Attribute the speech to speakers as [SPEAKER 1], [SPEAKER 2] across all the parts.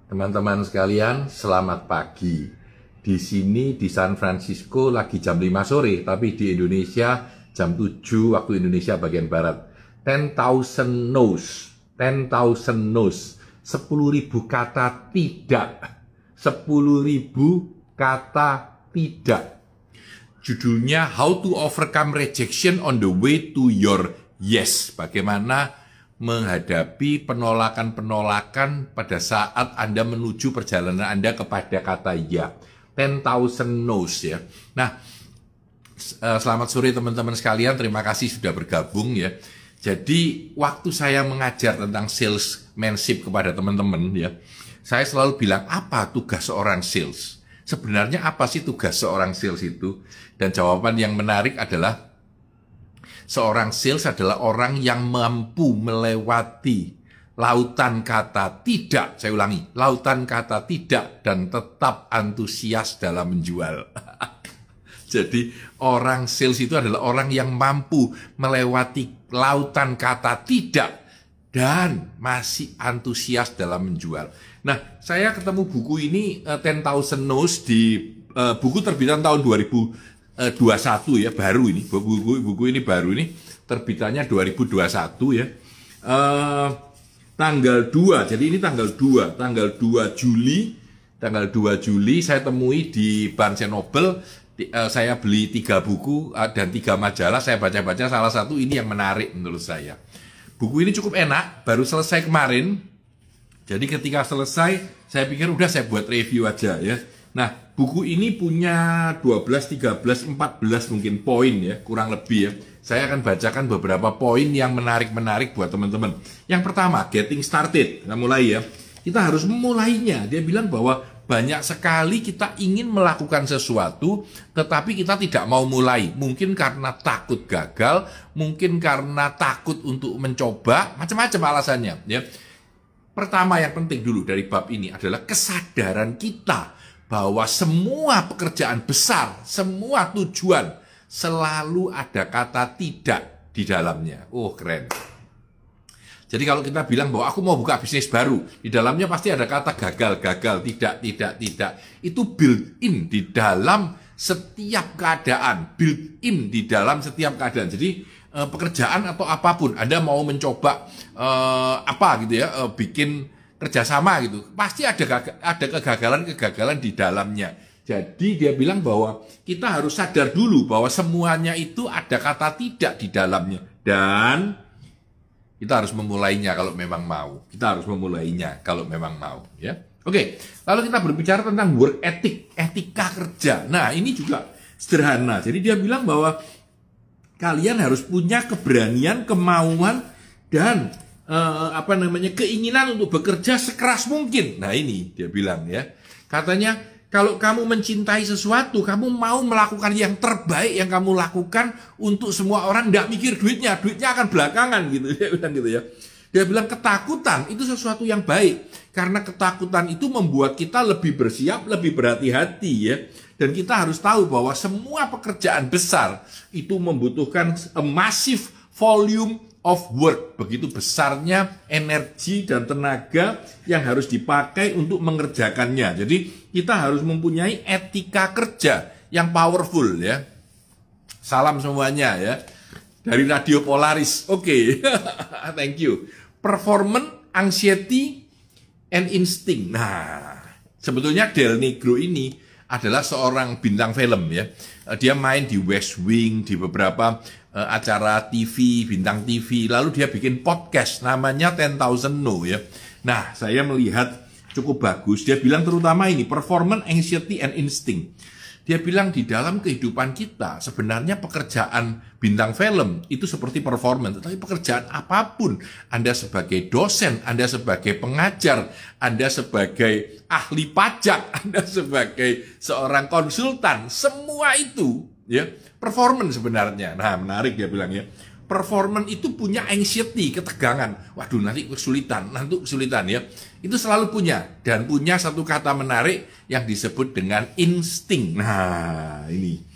[SPEAKER 1] Teman-teman sekalian, selamat pagi. Di sini di San Francisco lagi jam 5 sore, tapi di Indonesia jam 7 waktu Indonesia bagian barat. 10,000 no's, 10,000 no's, 10.000 kata tidak, 10.000 kata tidak. Judulnya How to Overcome Rejection on the Way to Your Yes. Bagaimana menghadapi penolakan-penolakan pada saat Anda menuju perjalanan Anda kepada kata ya. 10,000 no's ya. Nah, selamat sore teman-teman sekalian, terima kasih sudah bergabung ya. Jadi, waktu saya mengajar tentang salesmanship kepada teman-teman ya, saya selalu bilang, apa tugas seorang sales? Sebenarnya apa sih tugas seorang sales itu? Dan jawaban yang menarik adalah, seorang sales adalah orang yang mampu melewati lautan kata tidak, saya ulangi, lautan kata tidak dan tetap antusias dalam menjual. Jadi orang sales itu adalah orang yang mampu melewati lautan kata tidak dan masih antusias dalam menjual. Nah, saya ketemu buku ini 10,000 No's di buku terbitan tahun 2021 ya, baru ini. Buku ini baru ini, terbitannya 2021 ya. Tanggal 2, jadi ini tanggal 2 Juli saya temui di Barnes & Noble. Saya beli 3 buku dan 3 majalah, saya baca-baca, salah satu ini yang menarik menurut saya. Buku ini cukup enak, baru selesai kemarin. Jadi ketika selesai, saya pikir udah saya buat review aja ya. Nah, buku ini punya 12, 13, 14 mungkin poin ya, kurang lebih ya. Saya akan bacakan beberapa poin yang menarik-menarik buat teman-teman. Yang pertama, getting started. Kita mulai ya. Kita harus memulainya. Dia bilang bahwa banyak sekali kita ingin melakukan sesuatu, tetapi kita tidak mau mulai. Mungkin karena takut gagal, mungkin karena takut untuk mencoba, macam-macam alasannya. Ya. Pertama yang penting dulu dari bab ini adalah kesadaran kita bahwa semua pekerjaan besar, semua tujuan selalu ada kata tidak di dalamnya. Oh, keren. Jadi kalau kita bilang bahwa aku mau buka bisnis baru, di dalamnya pasti ada kata gagal, tidak. Itu built-in di dalam setiap keadaan, built-in di dalam setiap keadaan. Jadi pekerjaan atau apapun, Anda mau mencoba bikin kerjasama gitu, pasti ada kegagalan di dalamnya. Jadi dia bilang bahwa kita harus sadar dulu bahwa semuanya itu ada kata tidak di dalamnya, dan kita harus memulainya kalau memang mau. Ya. Oke, lalu kita berbicara tentang work ethic, etika kerja. Nah, ini juga sederhana. Jadi dia bilang bahwa kalian harus punya keberanian, kemauan, dan keinginan untuk bekerja sekeras mungkin. Nah, ini dia bilang ya. Katanya, kalau kamu mencintai sesuatu, kamu mau melakukan yang terbaik yang kamu lakukan untuk semua orang, tidak mikir duitnya akan belakangan gitu. Dia bilang gitu ya. Dia bilang ketakutan itu sesuatu yang baik, karena ketakutan itu membuat kita lebih bersiap, lebih berhati-hati ya. Dan kita harus tahu bahwa semua pekerjaan besar itu membutuhkan a massive volume of work. Begitu besarnya energi dan tenaga yang harus dipakai untuk mengerjakannya. Jadi kita harus mempunyai etika kerja yang powerful ya. Salam semuanya ya. Dari Radio Polaris. Oke. Thank you. Performance, anxiety, and instinct. Nah, sebetulnya Del Negro ini adalah seorang bintang film ya. Dia main di West Wing, di beberapa acara TV, bintang TV. Lalu dia bikin podcast namanya 10,000 No ya. Nah, saya melihat cukup bagus. Dia bilang terutama ini performance, anxiety, and instinct. Dia bilang di dalam kehidupan kita sebenarnya pekerjaan bintang film itu seperti performance. Tetapi pekerjaan apapun, Anda sebagai dosen, Anda sebagai pengajar, Anda sebagai ahli pajak, Anda sebagai seorang konsultan, semua itu ya performance sebenarnya. Nah, menarik dia bilang ya. Performance itu punya anxiety, ketegangan. Waduh, nanti kesulitan ya. Itu selalu punya. Dan punya satu kata menarik yang disebut dengan insting. Nah, ini.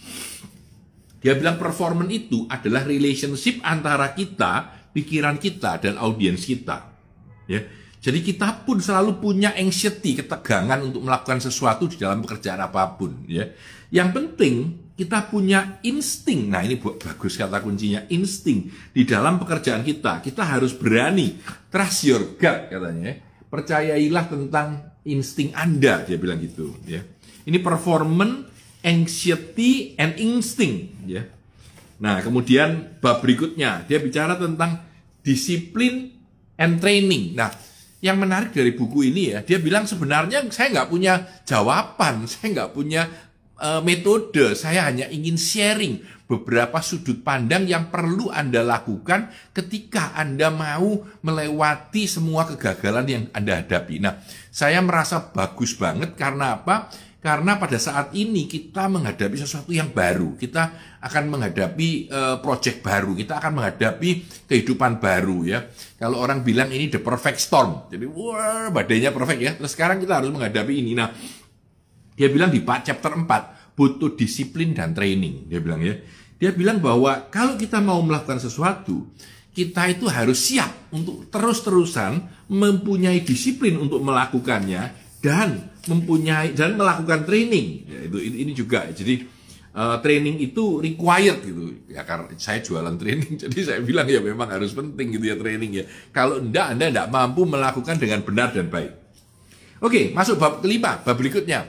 [SPEAKER 1] Dia bilang performance itu adalah relationship antara kita, pikiran kita, dan audiens kita. Ya. Jadi kita pun selalu punya anxiety, ketegangan untuk melakukan sesuatu di dalam pekerjaan apapun. Ya. Yang penting kita punya insting. Nah ini bagus kata kuncinya, insting. Di dalam pekerjaan kita harus berani. Trust your gut katanya. Percayailah tentang insting Anda, dia bilang gitu. Ya. Ini performance, anxiety, and instinct. Ya. Nah kemudian bab berikutnya, dia bicara tentang disiplin and training. Nah, yang menarik dari buku ini ya, dia bilang sebenarnya saya nggak punya jawaban, saya nggak punya metode, saya hanya ingin sharing beberapa sudut pandang yang perlu Anda lakukan ketika Anda mau melewati semua kegagalan yang Anda hadapi. Nah, saya merasa bagus banget karena apa? Karena pada saat ini kita menghadapi sesuatu yang baru, kita akan menghadapi project baru, kita akan menghadapi kehidupan baru ya. Kalau orang bilang ini the perfect storm, jadi wah badainya perfect ya. Terus sekarang kita harus menghadapi ini. Nah, dia bilang di chapter 4 butuh disiplin dan training. Dia bilang ya, dia bilang bahwa kalau kita mau melakukan sesuatu, kita itu harus siap untuk terus-terusan mempunyai disiplin untuk melakukannya. Dan melakukan training ya, ini juga jadi training itu required gitu ya, karena saya jualan training jadi saya bilang ya memang harus penting gitu ya training ya. Kalau Anda tidak mampu melakukan dengan benar dan baik. Oke, masuk bab kelima, bab berikutnya,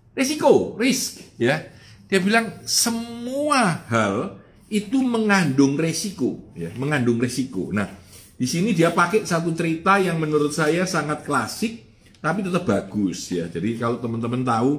[SPEAKER 1] risk ya. Dia bilang semua hal itu mengandung resiko ya, mengandung resiko. Nah di sini dia pakai satu cerita yang menurut saya sangat klasik tapi tetap bagus ya. Jadi kalau teman-teman tahu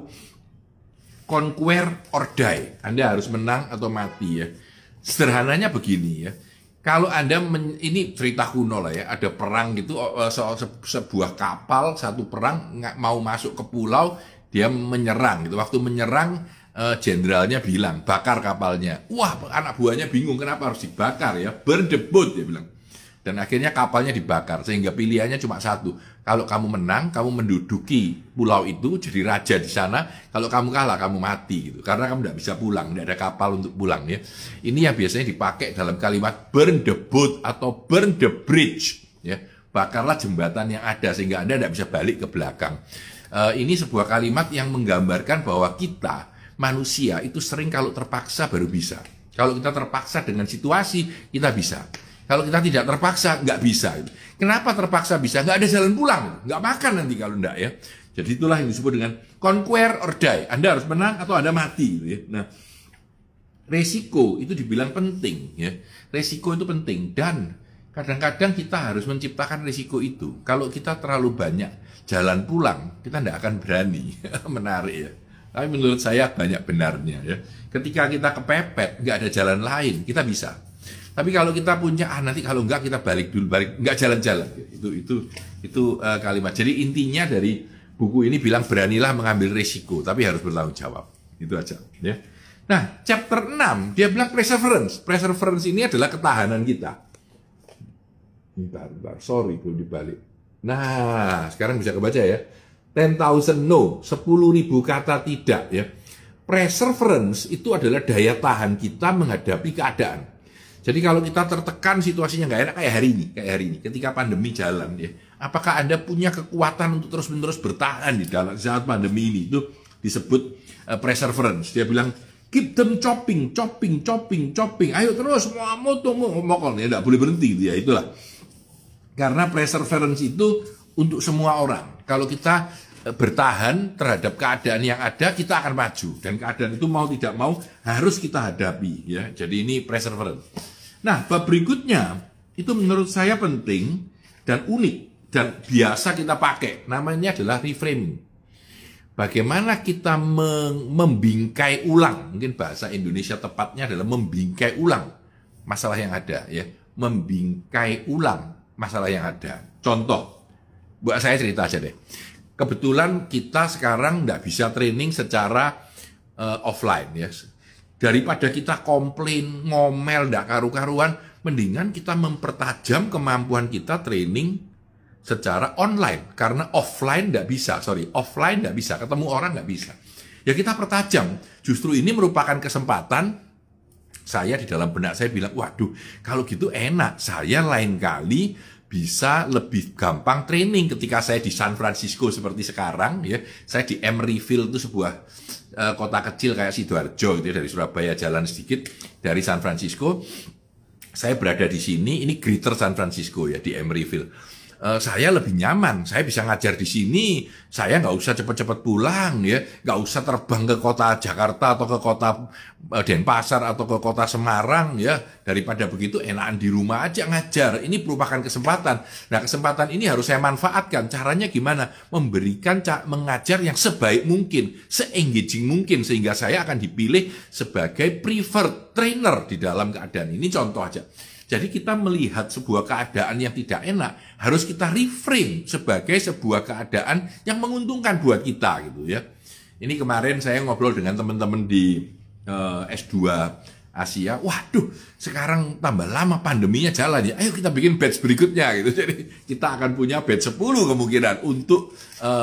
[SPEAKER 1] conquer or die, Anda harus menang atau mati ya. Sederhananya begini ya. Kalau Anda ini cerita kuno lah ya, ada perang gitu, sebuah kapal satu perang mau masuk ke pulau, dia menyerang gitu. Waktu menyerang jenderalnya bilang bakar kapalnya. Wah, anak buahnya bingung kenapa harus dibakar ya. Burn the boat dia bilang. Dan akhirnya kapalnya dibakar, sehingga pilihannya cuma satu. Kalau kamu menang, kamu menduduki pulau itu, jadi raja di sana. Kalau kamu kalah, kamu mati. Gitu. Karena kamu tidak bisa pulang, tidak ada kapal untuk pulang. Ya. Ini yang biasanya dipakai dalam kalimat burn the boat atau burn the bridge. Ya. Bakarlah jembatan yang ada, sehingga Anda tidak bisa balik ke belakang. Ini sebuah kalimat yang menggambarkan bahwa kita, manusia, itu sering kalau terpaksa baru bisa. Kalau kita terpaksa dengan situasi, kita bisa. Kalau kita tidak terpaksa, nggak bisa. Kenapa terpaksa bisa? Nggak ada jalan pulang. Nggak makan nanti kalau nggak ya. Jadi itulah yang disebut dengan conquer or die. Anda harus menang atau Anda mati. Gitu ya. Nah, resiko itu dibilang penting. Ya. Resiko itu penting. Dan kadang-kadang kita harus menciptakan resiko itu. Kalau kita terlalu banyak jalan pulang, kita nggak akan berani. Menarik ya. Tapi menurut saya banyak benarnya. Ya. Ketika kita kepepet, nggak ada jalan lain, kita bisa. Tapi kalau kita punya nanti kalau enggak kita balik enggak jalan-jalan. Itu kalimat. Jadi intinya dari buku ini bilang beranilah mengambil risiko, tapi harus bertanggung jawab. Itu aja, ya. Nah, chapter 6 dia bilang perseverance. Perseverance ini adalah ketahanan kita. Bentar, sorry belum dibalik. Nah, sekarang bisa kebaca ya. 10,000 no, 10.000 kata tidak ya. Perseverance itu adalah daya tahan kita menghadapi keadaan. Jadi kalau kita tertekan situasinya nggak enak kayak hari ini, ketika pandemi jalan ya, apakah Anda punya kekuatan untuk terus-menerus bertahan di dalam saat pandemi ini? Itu disebut perseverance. Dia bilang keep them chopping. Ayo terus mokol ya, nggak boleh berhenti ya, itulah. Karena perseverance itu untuk semua orang. Kalau kita bertahan terhadap keadaan yang ada, kita akan maju, dan keadaan itu mau tidak mau harus kita hadapi ya. Jadi ini perseverance. Nah, bab berikutnya itu menurut saya penting dan unik dan biasa kita pakai. Namanya adalah reframing. Bagaimana kita membingkai ulang, mungkin bahasa Indonesia tepatnya adalah membingkai ulang masalah yang ada ya. Membingkai ulang masalah yang ada. Contoh, buat saya cerita aja deh. Kebetulan kita sekarang nggak bisa training secara offline ya. Daripada kita komplain, ngomel, nggak karu-karuan, mendingan kita mempertajam kemampuan kita training secara online. Karena offline nggak bisa, ketemu orang nggak bisa. Ya kita pertajam, justru ini merupakan kesempatan. Saya di dalam benak saya bilang, waduh, kalau gitu enak, saya lain kali bisa lebih gampang training. Ketika saya di San Francisco seperti sekarang ya, saya di Emeryville, itu sebuah kota kecil kayak Sidoarjo gitu ya, dari Surabaya jalan sedikit dari San Francisco. Saya berada di sini, ini Greater San Francisco ya, di Emeryville. Saya lebih nyaman, saya bisa ngajar di sini, saya nggak usah cepat-cepat pulang ya, nggak usah terbang ke kota Jakarta atau ke kota Denpasar atau ke kota Semarang ya, daripada begitu enakan di rumah aja ngajar. Ini merupakan kesempatan. Nah, kesempatan ini harus saya manfaatkan. Caranya gimana? Memberikan mengajar yang sebaik mungkin, se-engaging mungkin, sehingga saya akan dipilih sebagai preferred trainer di dalam keadaan ini. Contoh aja. Jadi kita melihat sebuah keadaan yang tidak enak, harus kita reframe sebagai sebuah keadaan yang menguntungkan buat kita gitu ya. Ini kemarin saya ngobrol dengan teman-teman di S2 Asia. Waduh, sekarang tambah lama pandeminya jalan ya. Ayo kita bikin batch berikutnya gitu. Jadi kita akan punya batch 10 kemungkinan untuk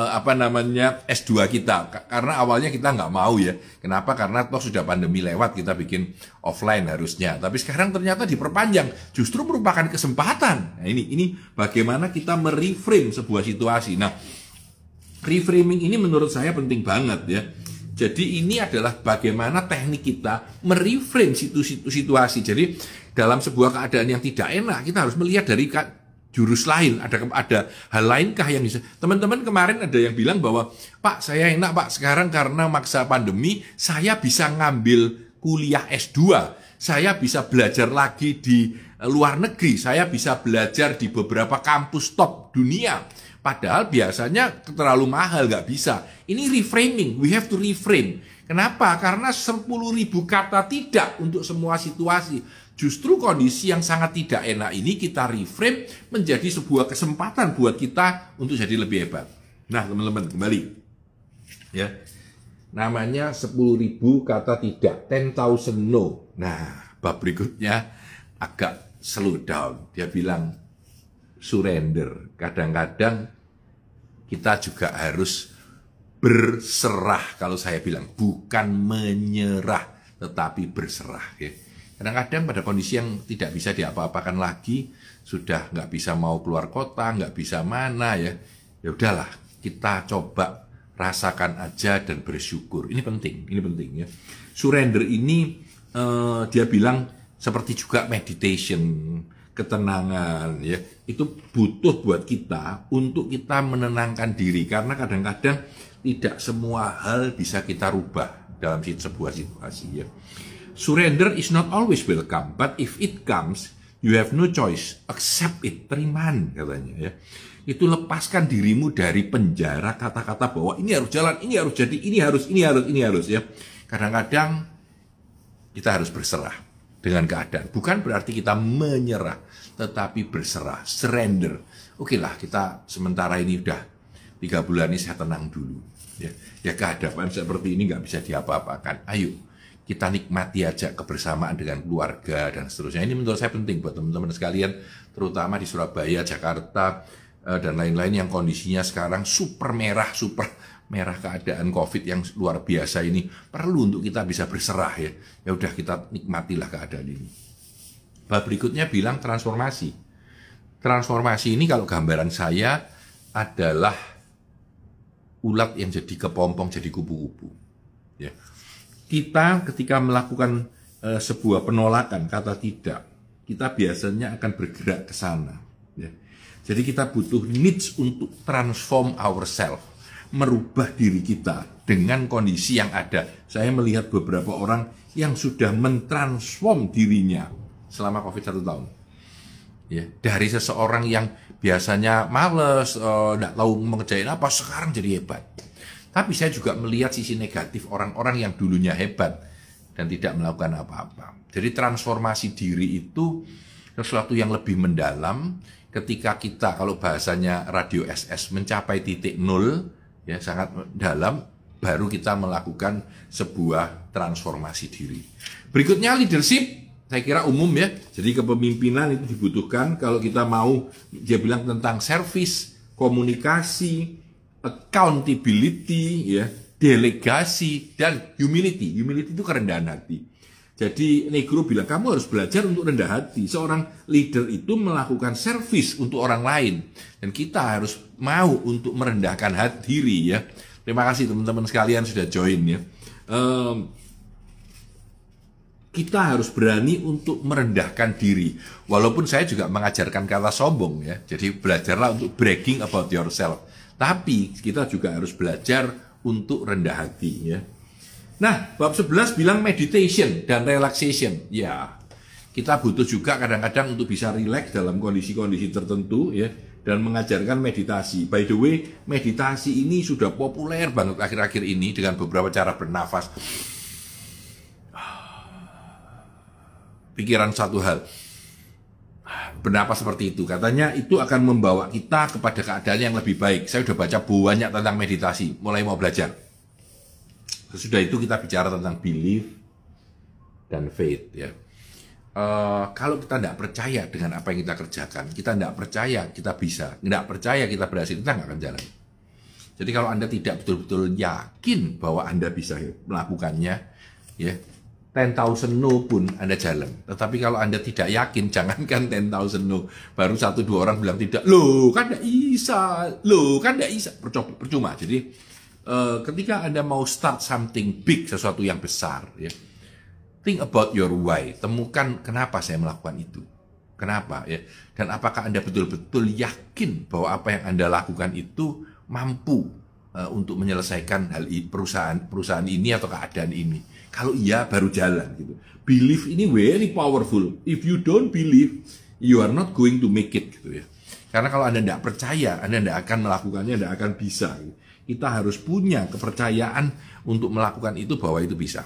[SPEAKER 1] S2 kita. Karena awalnya kita nggak mau ya. Kenapa? Karena toh sudah pandemi lewat, kita bikin offline harusnya. Tapi sekarang ternyata diperpanjang. Justru merupakan kesempatan. Nah, ini bagaimana kita mereframe sebuah situasi. Nah, reframing ini menurut saya penting banget ya. Jadi ini adalah bagaimana teknik kita mereframe situasi. Jadi dalam sebuah keadaan yang tidak enak, kita harus melihat dari jurus lain. Ada hal lainkah yang bisa. Teman-teman kemarin ada yang bilang bahwa, Pak, saya enak Pak, sekarang karena maksa pandemi, saya bisa ngambil kuliah S2. Saya bisa belajar lagi di luar negeri. Saya bisa belajar di beberapa kampus top dunia. Padahal biasanya terlalu mahal, nggak bisa. Ini reframing, we have to reframe. Kenapa? Karena 10.000 kata tidak untuk semua situasi. Justru kondisi yang sangat tidak enak ini kita reframe menjadi sebuah kesempatan buat kita untuk jadi lebih hebat. Nah teman-teman, kembali. Ya, namanya 10.000 kata tidak, 10,000 no. Nah, bab berikutnya agak slow down. Dia bilang, surrender. Kadang-kadang kita juga harus berserah, kalau saya bilang bukan menyerah tetapi berserah ya. Kadang-kadang pada kondisi yang tidak bisa diapa-apakan lagi, sudah nggak bisa mau keluar kota, nggak bisa mana ya, ya udahlah kita coba rasakan aja dan bersyukur. Ini penting ya. Surrender ini dia bilang seperti juga meditation, ketenangan ya, itu butuh buat kita untuk kita menenangkan diri, karena kadang-kadang tidak semua hal bisa kita rubah dalam sebuah situasi ya. Surrender is not always welcome, but if it comes, you have no choice, accept it, terimaan katanya ya. Itu lepaskan dirimu dari penjara kata-kata bahwa ini harus jalan, ini harus jadi, ini harus ya. Kadang-kadang kita harus berserah dengan keadaan. Bukan berarti kita menyerah, tetapi berserah, surrender. Oke lah, kita sementara ini udah 3 bulan ini saya tenang dulu. Ya keadaan seperti ini nggak bisa diapa-apakan. Ayo, kita nikmati aja kebersamaan dengan keluarga dan seterusnya. Ini menurut saya penting buat teman-teman sekalian, terutama di Surabaya, Jakarta, dan lain-lain yang kondisinya sekarang super merah keadaan COVID yang luar biasa ini. Perlu untuk kita bisa berserah ya. Ya udah, kita nikmatilah keadaan ini. Bab berikutnya bilang transformasi. Transformasi ini kalau gambaran saya adalah ulat yang jadi kepompong, jadi kupu-kupu. Ya. Kita ketika melakukan sebuah penolakan, kata tidak, kita biasanya akan bergerak ke sana. Ya. Jadi kita butuh needs untuk transform ourselves, merubah diri kita dengan kondisi yang ada. Saya melihat beberapa orang yang sudah mentransform dirinya selama COVID 1 tahun. Ya, dari seseorang yang biasanya males, nggak tahu mengerjain apa, sekarang jadi hebat. Tapi saya juga melihat sisi negatif orang-orang yang dulunya hebat dan tidak melakukan apa-apa. Jadi transformasi diri itu sesuatu yang lebih mendalam. Ketika kita, kalau bahasanya radio SS, mencapai titik 0, ya sangat dalam, baru kita melakukan sebuah transformasi diri. Berikutnya leadership, saya kira umum ya. Jadi kepemimpinan itu dibutuhkan kalau kita mau, dia bilang tentang service, komunikasi, accountability, ya, delegasi, dan humility. Humility itu kerendahan hati. Jadi Negro bilang, kamu harus belajar untuk rendah hati. Seorang leader itu melakukan service untuk orang lain. Dan kita harus mau untuk merendahkan diri ya. Terima kasih teman-teman sekalian sudah join ya. Kita harus berani untuk merendahkan diri. Walaupun saya juga mengajarkan kata sombong ya. Jadi belajarlah untuk bragging about yourself. Tapi kita juga harus belajar untuk rendah hati ya. Nah, bab 11 bilang meditation dan relaxation. Ya, kita butuh juga kadang-kadang untuk bisa relax dalam kondisi-kondisi tertentu ya, dan mengajarkan meditasi. By the way, meditasi ini sudah populer banget akhir-akhir ini dengan beberapa cara bernafas. Pikiran satu hal, bernafas seperti itu. Katanya itu akan membawa kita kepada keadaan yang lebih baik. Saya sudah baca banyak tentang meditasi, mulai mau belajar. Sesudah itu kita bicara tentang belief dan faith ya. Kalau kita tidak percaya dengan apa yang kita kerjakan, kita tidak percaya kita bisa, tidak percaya kita berhasil, kita nggak akan jalan. Jadi kalau Anda tidak betul-betul yakin bahwa Anda bisa melakukannya, ya 10,000 no pun Anda jalan. Tetapi kalau Anda tidak yakin, jangankan 10,000 no, baru 1-2 orang bilang tidak, loh kan tidak bisa, percuma. Jadi ketika Anda mau start something big, sesuatu yang besar, ya, think about your why. Temukan kenapa saya melakukan itu. Kenapa ya? Dan apakah Anda betul-betul yakin bahwa apa yang Anda lakukan itu mampu untuk menyelesaikan perusahaan ini atau keadaan ini? Kalau iya, baru jalan gitu. Belief ini very powerful. If you don't believe, you are not going to make it gitu ya. Karena kalau Anda tidak percaya, Anda tidak akan melakukannya, tidak akan bisa. Gitu. Kita harus punya kepercayaan untuk melakukan itu, bahwa itu bisa.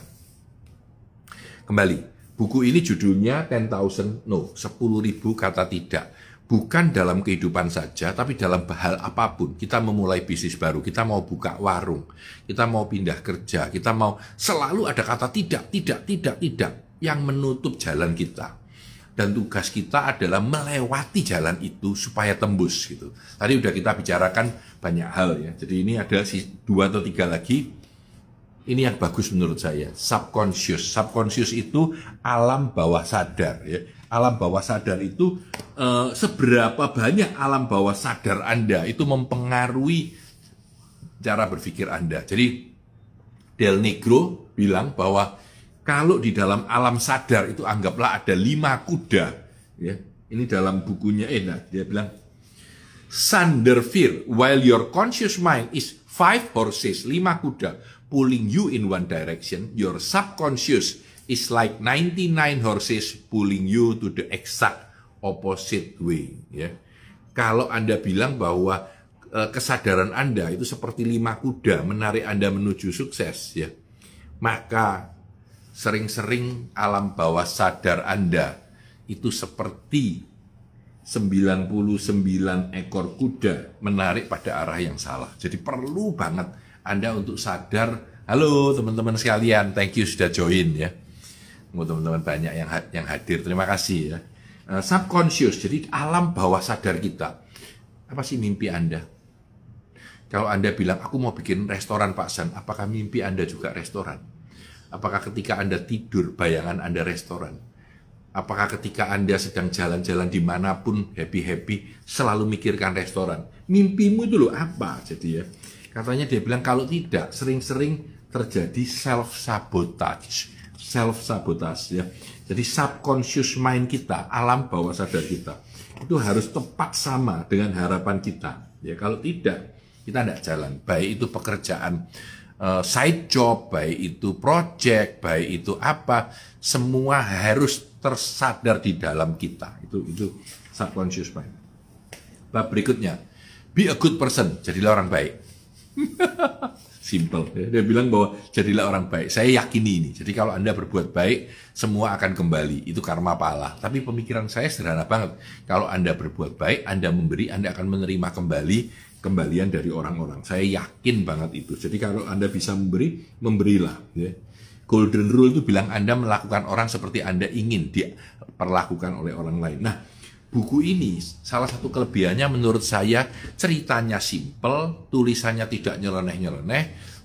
[SPEAKER 1] Kembali, buku ini judulnya 10,000 No, 10.000 kata tidak. Bukan dalam kehidupan saja, tapi dalam hal apapun. Kita memulai bisnis baru, kita mau buka warung, kita mau pindah kerja, kita mau, selalu ada kata tidak yang menutup jalan kita. Dan tugas kita adalah melewati jalan itu supaya tembus gitu. Tadi udah kita bicarakan banyak hal ya. Jadi ini ada 2 atau 3 lagi. Ini yang bagus menurut saya. Subconscious. Subconscious itu alam bawah sadar ya. Alam bawah sadar itu seberapa banyak alam bawah sadar Anda itu mempengaruhi cara berpikir Anda. Jadi Del Negro bilang bahwa kalau di dalam alam sadar itu anggaplah ada 5 kuda, ya. Ini dalam bukunya dia bilang, Thunder fear, while your conscious mind is 5 horses, 5 kuda, pulling you in one direction, your subconscious is like 99 horses pulling you to the exact opposite way. Ya. Kalau Anda bilang bahwa kesadaran Anda itu seperti 5 kuda menarik Anda menuju sukses, ya, maka sering-sering alam bawah sadar Anda itu seperti 99 ekor kuda menarik pada arah yang salah. Jadi perlu banget Anda untuk sadar. Halo teman-teman sekalian, thank you sudah join ya. Teman-teman banyak yang hadir, terima kasih ya. Subconscious, jadi alam bawah sadar kita. Apa sih mimpi Anda? Kalau Anda bilang, aku mau bikin restoran Pak San, apakah mimpi Anda juga restoran? Apakah ketika Anda tidur, bayangan Anda restoran? Apakah ketika Anda sedang jalan-jalan dimanapun, happy-happy, selalu mikirkan restoran? Mimpimu itu loh apa? Jadi ya, katanya dia bilang kalau tidak, sering-sering terjadi self-sabotage. Self-sabotage ya. Jadi subconscious mind kita, alam bawah sadar kita, itu harus tepat sama dengan harapan kita. Ya, kalau tidak, kita tidak jalan. Baik itu pekerjaan, side job, baik itu project, baik itu apa, semua harus tersadar di dalam kita. Itu subconscious mind. Bab berikutnya, be a good person, jadilah orang baik. Simple. Dia bilang bahwa jadilah orang baik. Saya yakini ini. Jadi kalau Anda berbuat baik, semua akan kembali. Itu karma pahala. Tapi pemikiran saya sederhana banget. Kalau Anda berbuat baik, Anda memberi, Anda akan menerima kembalian dari orang-orang. Saya yakin banget itu. Jadi kalau Anda bisa memberi, memberilah. Ya. Golden rule itu bilang Anda melakukan orang seperti Anda ingin diperlakukan oleh orang lain. Nah, buku ini salah satu kelebihannya menurut saya ceritanya simple, tulisannya tidak nyeleneh-nyeleneh,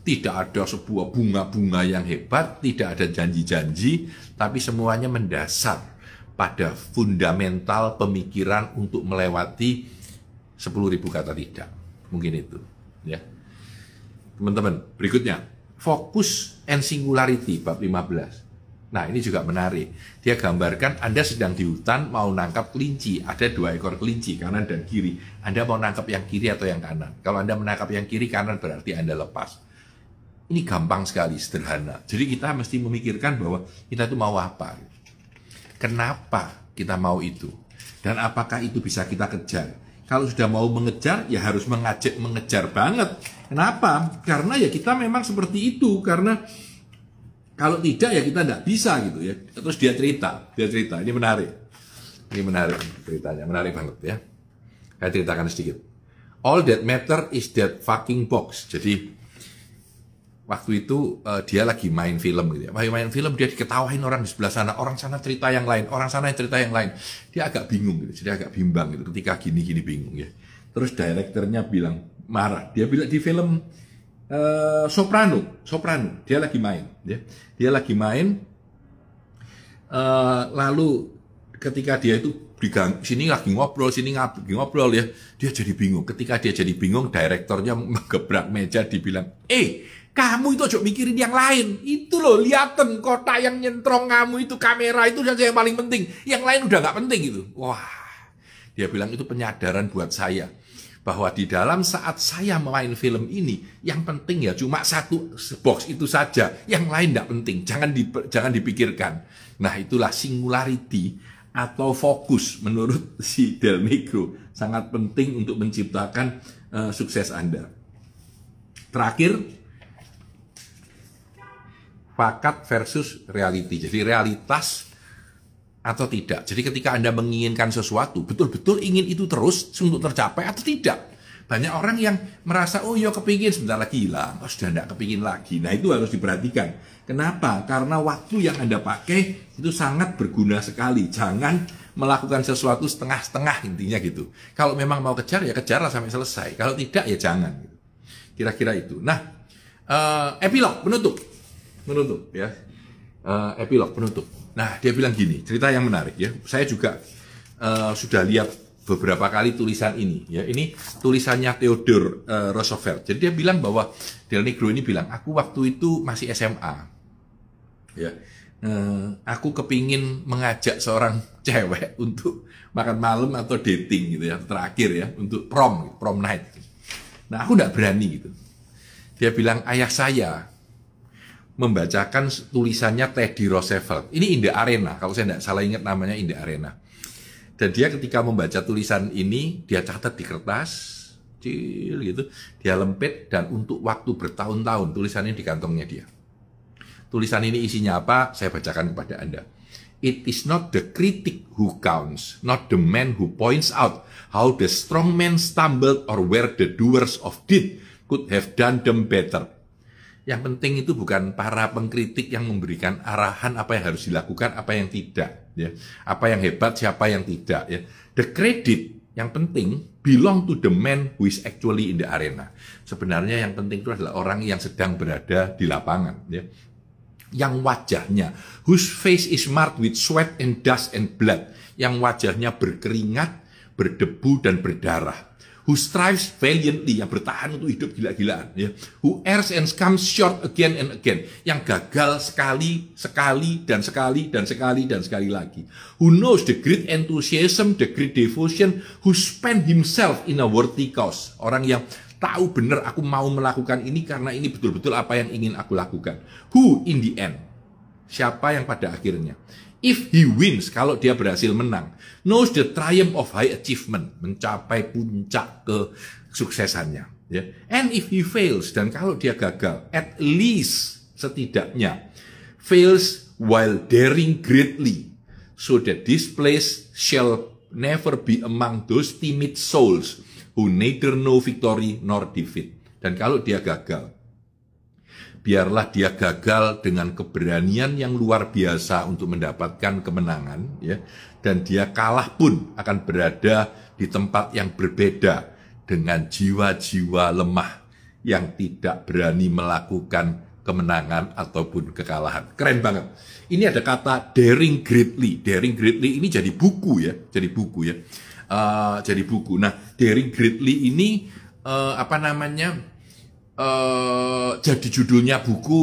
[SPEAKER 1] Tidak ada sebuah bunga-bunga yang hebat, tidak ada janji-janji, tapi semuanya mendasar pada fundamental pemikiran untuk melewati 10.000 kata tidak. Mungkin itu, ya. Teman-teman, berikutnya, focus and singularity, bab 15. Nah, ini juga menarik. Dia gambarkan Anda sedang di hutan mau nangkap kelinci. Ada 2 ekor kelinci, kanan dan kiri. Anda mau nangkap yang kiri atau yang kanan? Kalau Anda menangkap yang kiri, kanan berarti Anda lepas. Ini gampang sekali, sederhana. Jadi kita mesti memikirkan bahwa kita itu mau apa. Kenapa kita mau itu? Dan apakah itu bisa kita kejar? Kalau sudah mau mengejar, ya harus mengejar banget. Kenapa? Karena ya kita memang seperti itu. Karena kalau tidak ya kita tidak bisa gitu ya. Terus dia cerita, ini menarik. Ini menarik ceritanya, menarik banget ya. Saya ceritakan sedikit. All that matter is that fucking box. Jadi waktu itu dia lagi main film gitu ya. Main film dia diketawain orang di sebelah sana, orang sana cerita yang lain, orang sana cerita yang lain. Dia agak bingung gitu, jadi agak bimbang gitu ketika gini-gini bingung ya. Terus direkturnya bilang marah. Dia bilang di film Soprano, dia lagi main ya. Dia lagi main lalu ketika dia itu sini lagi ngobrol ya. Dia jadi bingung. Ketika dia jadi bingung, direkturnya menggebrak meja dibilang, kamu itu aja mikirin yang lain. Itu loh, liatin kota yang nyentrong kamu itu, kamera itu saja yang paling penting. Yang lain udah nggak penting gitu. Wah, dia bilang itu penyadaran buat saya. Bahwa di dalam saat saya main film ini, yang penting ya cuma satu box itu saja. Yang lain nggak penting, jangan dipikirkan. Nah, itulah singularity atau fokus menurut si Del Negro. Sangat penting untuk menciptakan sukses Anda. Terakhir, fakat versus reality. Jadi realitas atau tidak. Jadi ketika Anda menginginkan sesuatu, betul-betul ingin itu terus untuk tercapai atau tidak. Banyak orang yang merasa, oh ya kepingin, sebentar lagi hilang. Oh sudah tidak kepingin lagi. Nah itu harus diperhatikan. Kenapa? Karena waktu yang Anda pakai itu sangat berguna sekali. Jangan melakukan sesuatu setengah-setengah, intinya gitu. Kalau memang mau kejar, ya kejarlah sampai selesai. Kalau tidak, ya jangan. Kira-kira itu. Nah, epilog, penutup ya. Epilog, penutup. Nah, dia bilang gini, cerita yang menarik ya. Saya juga sudah lihat beberapa kali tulisan ini ya. Ini tulisannya Theodore Roosevelt. Jadi dia bilang bahwa Del Negro ini bilang, aku waktu itu masih SMA ya. Aku kepingin mengajak seorang cewek untuk makan malam atau dating gitu ya, terakhir ya, untuk prom night. Nah, aku nggak berani gitu. Dia bilang, ayah saya membacakan tulisannya Teddy Roosevelt. Ini In the Arena, kalau saya tidak salah ingat namanya In the Arena. Dan dia ketika membaca tulisan ini, dia catat di kertas, kecil gitu, dia lempit, dan untuk waktu bertahun-tahun tulisannya di kantongnya dia. Tulisan ini isinya apa? Saya bacakan kepada Anda. It is not the critic who counts, not the man who points out how the strong man stumbled or where the doers of deed could have done them better. Yang penting itu bukan para pengkritik yang memberikan arahan apa yang harus dilakukan, apa yang tidak, ya. Apa yang hebat, siapa yang tidak, ya. The credit yang penting belong to the man who is actually in the arena. Sebenarnya yang penting itu adalah orang yang sedang berada di lapangan, ya. Yang wajahnya, whose face is marked with sweat and dust and blood, yang wajahnya berkeringat, berdebu dan berdarah. Who strives valiantly, yang bertahan untuk hidup gila-gilaan, ya. Who errs and comes short again and again, yang gagal sekali lagi. Who knows the great enthusiasm, the great devotion, who spend himself in a worthy cause. Orang yang tahu benar aku mau melakukan ini karena ini betul-betul apa yang ingin aku lakukan. Who in the end, siapa yang pada akhirnya, if he wins, kalau dia berhasil menang, knows the triumph of high achievement, mencapai puncak kesuksesannya. Ya. And if he fails, dan kalau dia gagal, at least setidaknya fails while daring greatly, so that this place shall never be among those timid souls who neither know victory nor defeat. Dan kalau dia gagal, biarlah dia gagal dengan keberanian yang luar biasa untuk mendapatkan kemenangan, ya. Dan dia kalah pun akan berada di tempat yang berbeda dengan jiwa-jiwa lemah yang tidak berani melakukan kemenangan ataupun kekalahan. Keren banget. Ini ada kata daring greatly. Daring greatly ini jadi buku ya, jadi buku ya. Jadi buku. Nah, daring greatly ini jadi judulnya buku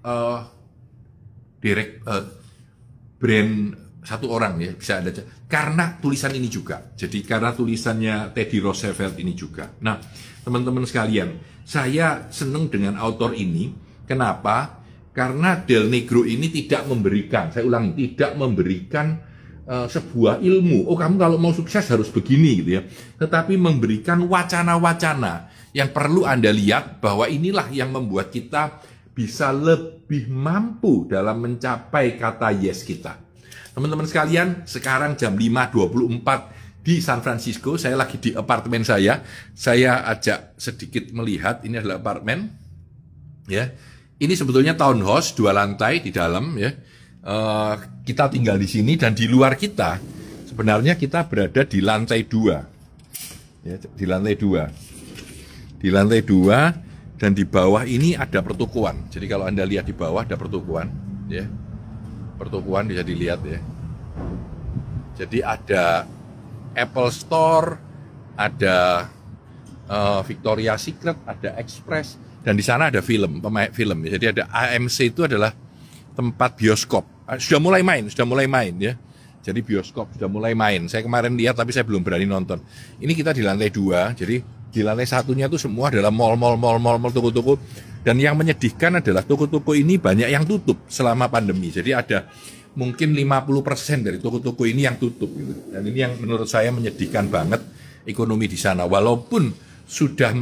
[SPEAKER 1] brand satu orang ya, bisa ada karena tulisan ini juga. Jadi karena tulisannya Teddy Roosevelt ini juga. Nah, teman-teman sekalian, saya senang dengan author ini. Kenapa? Karena Del Negro ini tidak memberikan, saya ulangi, tidak memberikan sebuah ilmu. Oh, kamu kalau mau sukses harus begini gitu ya. Tetapi memberikan wacana-wacana yang perlu Anda lihat bahwa inilah yang membuat kita bisa lebih mampu dalam mencapai kata yes kita. Teman-teman sekalian, sekarang jam 5.24 di San Francisco, saya lagi di apartemen saya. Saya ajak sedikit melihat, ini adalah apartemen. Ya, ini sebetulnya townhouse 2 lantai di dalam. Ya, kita tinggal di sini dan di luar kita, sebenarnya kita berada di lantai 2. Ya, di lantai 2. Di lantai 2 dan di bawah ini ada pertokoan. Jadi kalau Anda lihat di bawah ada pertokoan. Ya. Pertokoan bisa dilihat ya. Jadi ada Apple Store, ada Victoria's Secret, ada Express, dan di sana ada film. Jadi ada AMC, itu adalah tempat bioskop. Sudah mulai main ya. Jadi bioskop sudah mulai main. Saya kemarin lihat tapi saya belum berani nonton. Ini kita di lantai 2. Jadi di lantai satunya itu semua adalah mall, toko-toko. Dan yang menyedihkan adalah toko-toko ini banyak yang tutup selama pandemi. Jadi ada mungkin 50% dari toko-toko ini yang tutup gitu. Dan ini yang menurut saya menyedihkan banget ekonomi di sana. Walaupun sudah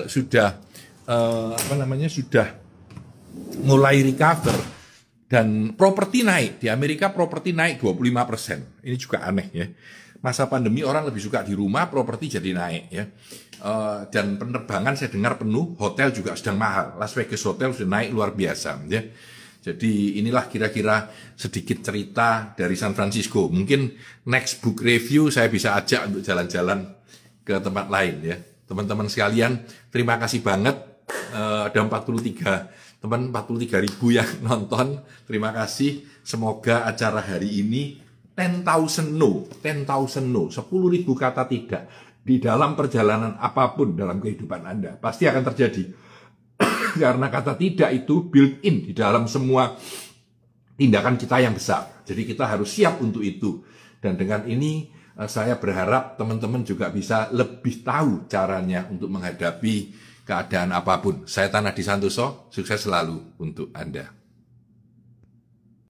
[SPEAKER 1] mulai recover dan properti naik. Di Amerika properti naik 25%. Ini juga aneh ya. Masa pandemi orang lebih suka di rumah, properti jadi naik ya. Dan penerbangan saya dengar penuh, hotel juga sedang mahal. Las Vegas Hotel sudah naik luar biasa ya. Jadi inilah kira-kira sedikit cerita dari San Francisco. Mungkin next book review saya bisa ajak untuk jalan-jalan ke tempat lain ya. Teman-teman sekalian, terima kasih banget. Ada 43 ribu yang nonton. Terima kasih. Semoga acara hari ini 10,000 no, 10,000 kata tidak di dalam perjalanan apapun dalam kehidupan Anda pasti akan terjadi. Karena kata tidak itu built in di dalam semua tindakan kita yang besar. Jadi kita harus siap untuk itu. Dan dengan ini saya berharap teman-teman juga bisa lebih tahu caranya untuk menghadapi keadaan apapun. Saya Tanah di Santoso, sukses selalu untuk Anda.